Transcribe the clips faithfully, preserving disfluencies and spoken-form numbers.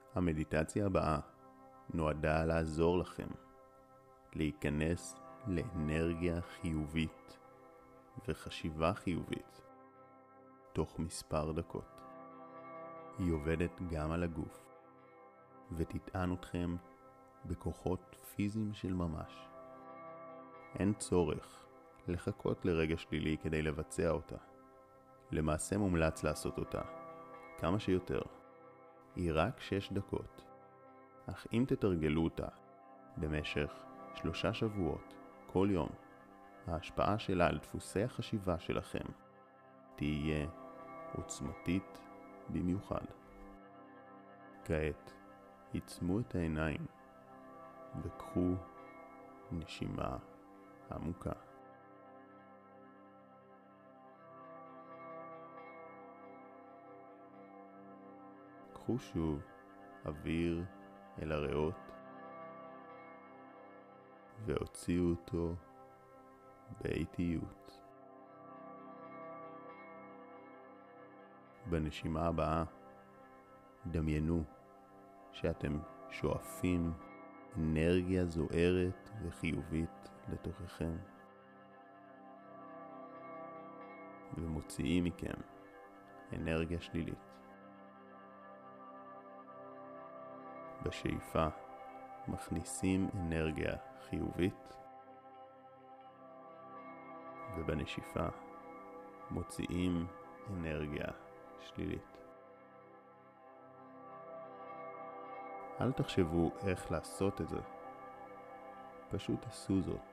המדיטציה הבאה נועדה לעזור לכם להיכנס לאנרגיה חיובית וחשיבה חיובית תוך מספר דקות. היא עובדת גם על הגוף ותטען אתכם בכוחות פיזיים של ממש. אין צורך לחכות לרגע שלילי כדי לבצע אותה. למעשה מומלץ לעשות אותה כמה שיותר. היא רק שש דקות. אך אם תתרגלו אותה במשך שלושה שבועות כל יום, ההשפעה שלה על דפוסי החשיבה שלכם תהיה עוצמתית במיוחד. כעת עצמו את העיניים וקחו נשימה עמוקה. קחו שוב אוויר אל הריאות והוציאו אותו באיטיות. בנשימה הבאה דמיינו שאתם שואפים אנרגיה זוהרת וחיובית לתוככם ומוציאים מכם אנרגיה שלילית. בשאיפה מכניסים אנרגיה חיובית ובנשיפה מוציאים אנרגיה שלילית. אל תחשבו איך לעשות את זה, פשוט עשו זאת.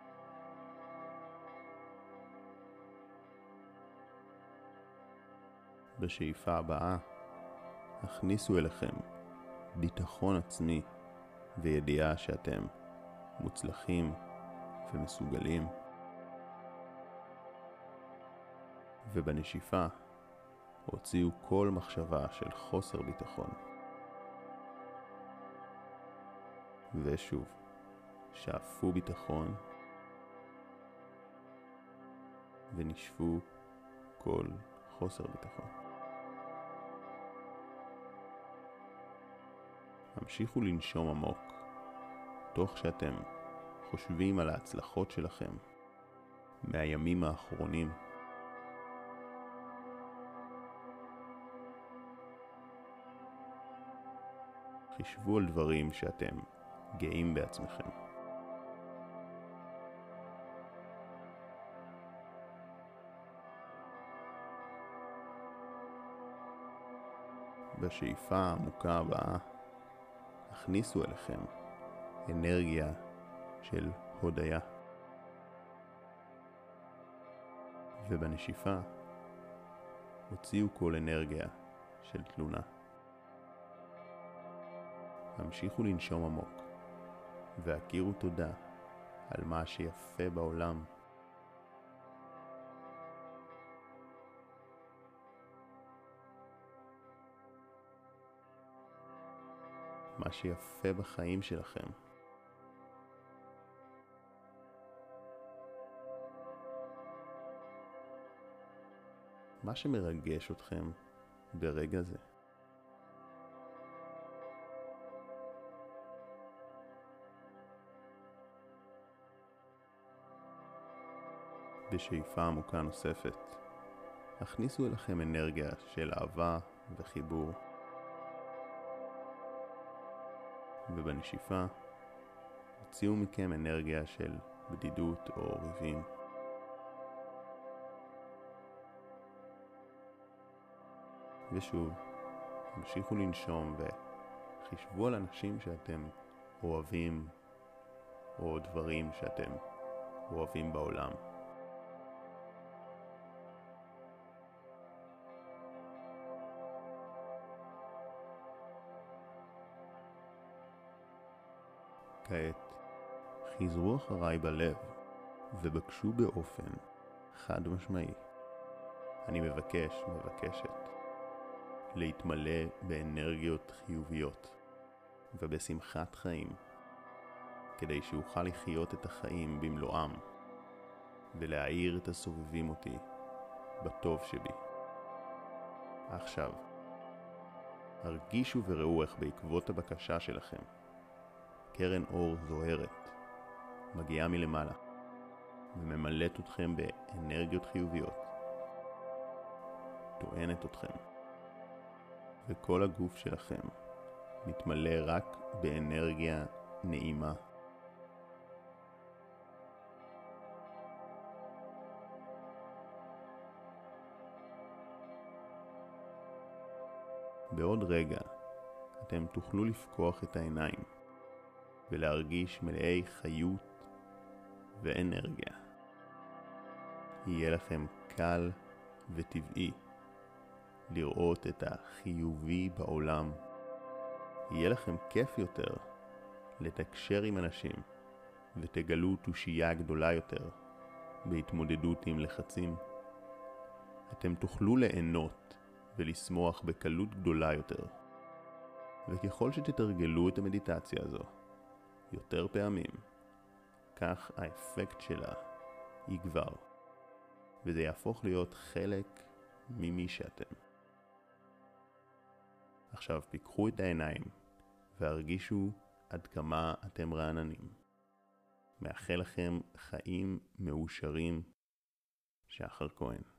בשאיפה הבאה הכניסו אליכם ביטחון עצמי וידיעה שאתם מוצלחים ומסוגלים. ובנשיפה הוציאו כל מחשבה של חוסר ביטחון. ושוב, שאפו ביטחון ונשפו כל חוסר ביטחון. המשיכו לנשום עמוק, תוך שאתם חושבים על ההצלחות שלכם מהימים האחרונים. חישבו על דברים שאתם גאים בעצמכם. בשאיפה העמוקה הבאה הכניסו אליכם אנרגיה של הודיה. ובנשיפה הוציאו כל אנרגיה של תלונה. המשיכו לנשום עמוק והכירו תודה על מה שיפה בעולם. מה שיפה בחיים שלכם. מה שמרגש אתכם ברגע זה. בשאיפה עמוקה נוספת, הכניסו אליכם אנרגיה של אהבה וחיבור. ובנשיפה, הוציאו מכם אנרגיה של בדידות או ריבים. ושוב, המשיכו לנשום וחישבו על אנשים שאתם אוהבים או דברים שאתם אוהבים בעולם. כעת חיזרו אחריי בלב ובקשו באופן חד משמעי. אני מבקש, מבקשת, להתמלא באנרגיות חיוביות ובשמחת חיים, כדי שאוכל לחיות את החיים במלואם ולהאיר את הסובבים אותי בטוב שבי. עכשיו, הרגישו וראו איך בעקבות הבקשה שלכם, קרן אור זוהרת מגיעה מלמעלה וממלאת אתכם באנרגיות חיוביות, טוענת אתכם, וכל הגוף שלכם מתמלא רק באנרגיה נעימה. בעוד רגע אתם תוכלו לפקוח את העיניים ולהרגיש מלאי חיות ואנרגיה. יהיה לכם קל וטבעי לראות את החיובי בעולם. יהיה לכם כיף יותר לתקשר עם אנשים ותגלו תושייה גדולה יותר בהתמודדות עם לחצים. אתם תוכלו ליהנות ולשמוח בקלות גדולה יותר. וככל שתתרגלו את המדיטציה הזו יותר פעמים, כך האפקט שלה יגבר, וזה יהפוך להיות חלק ממי שאתם. עכשיו פיקחו את העיניים והרגישו עד כמה אתם רעננים. מאחל לכם חיים מאושרים. שחר כהן.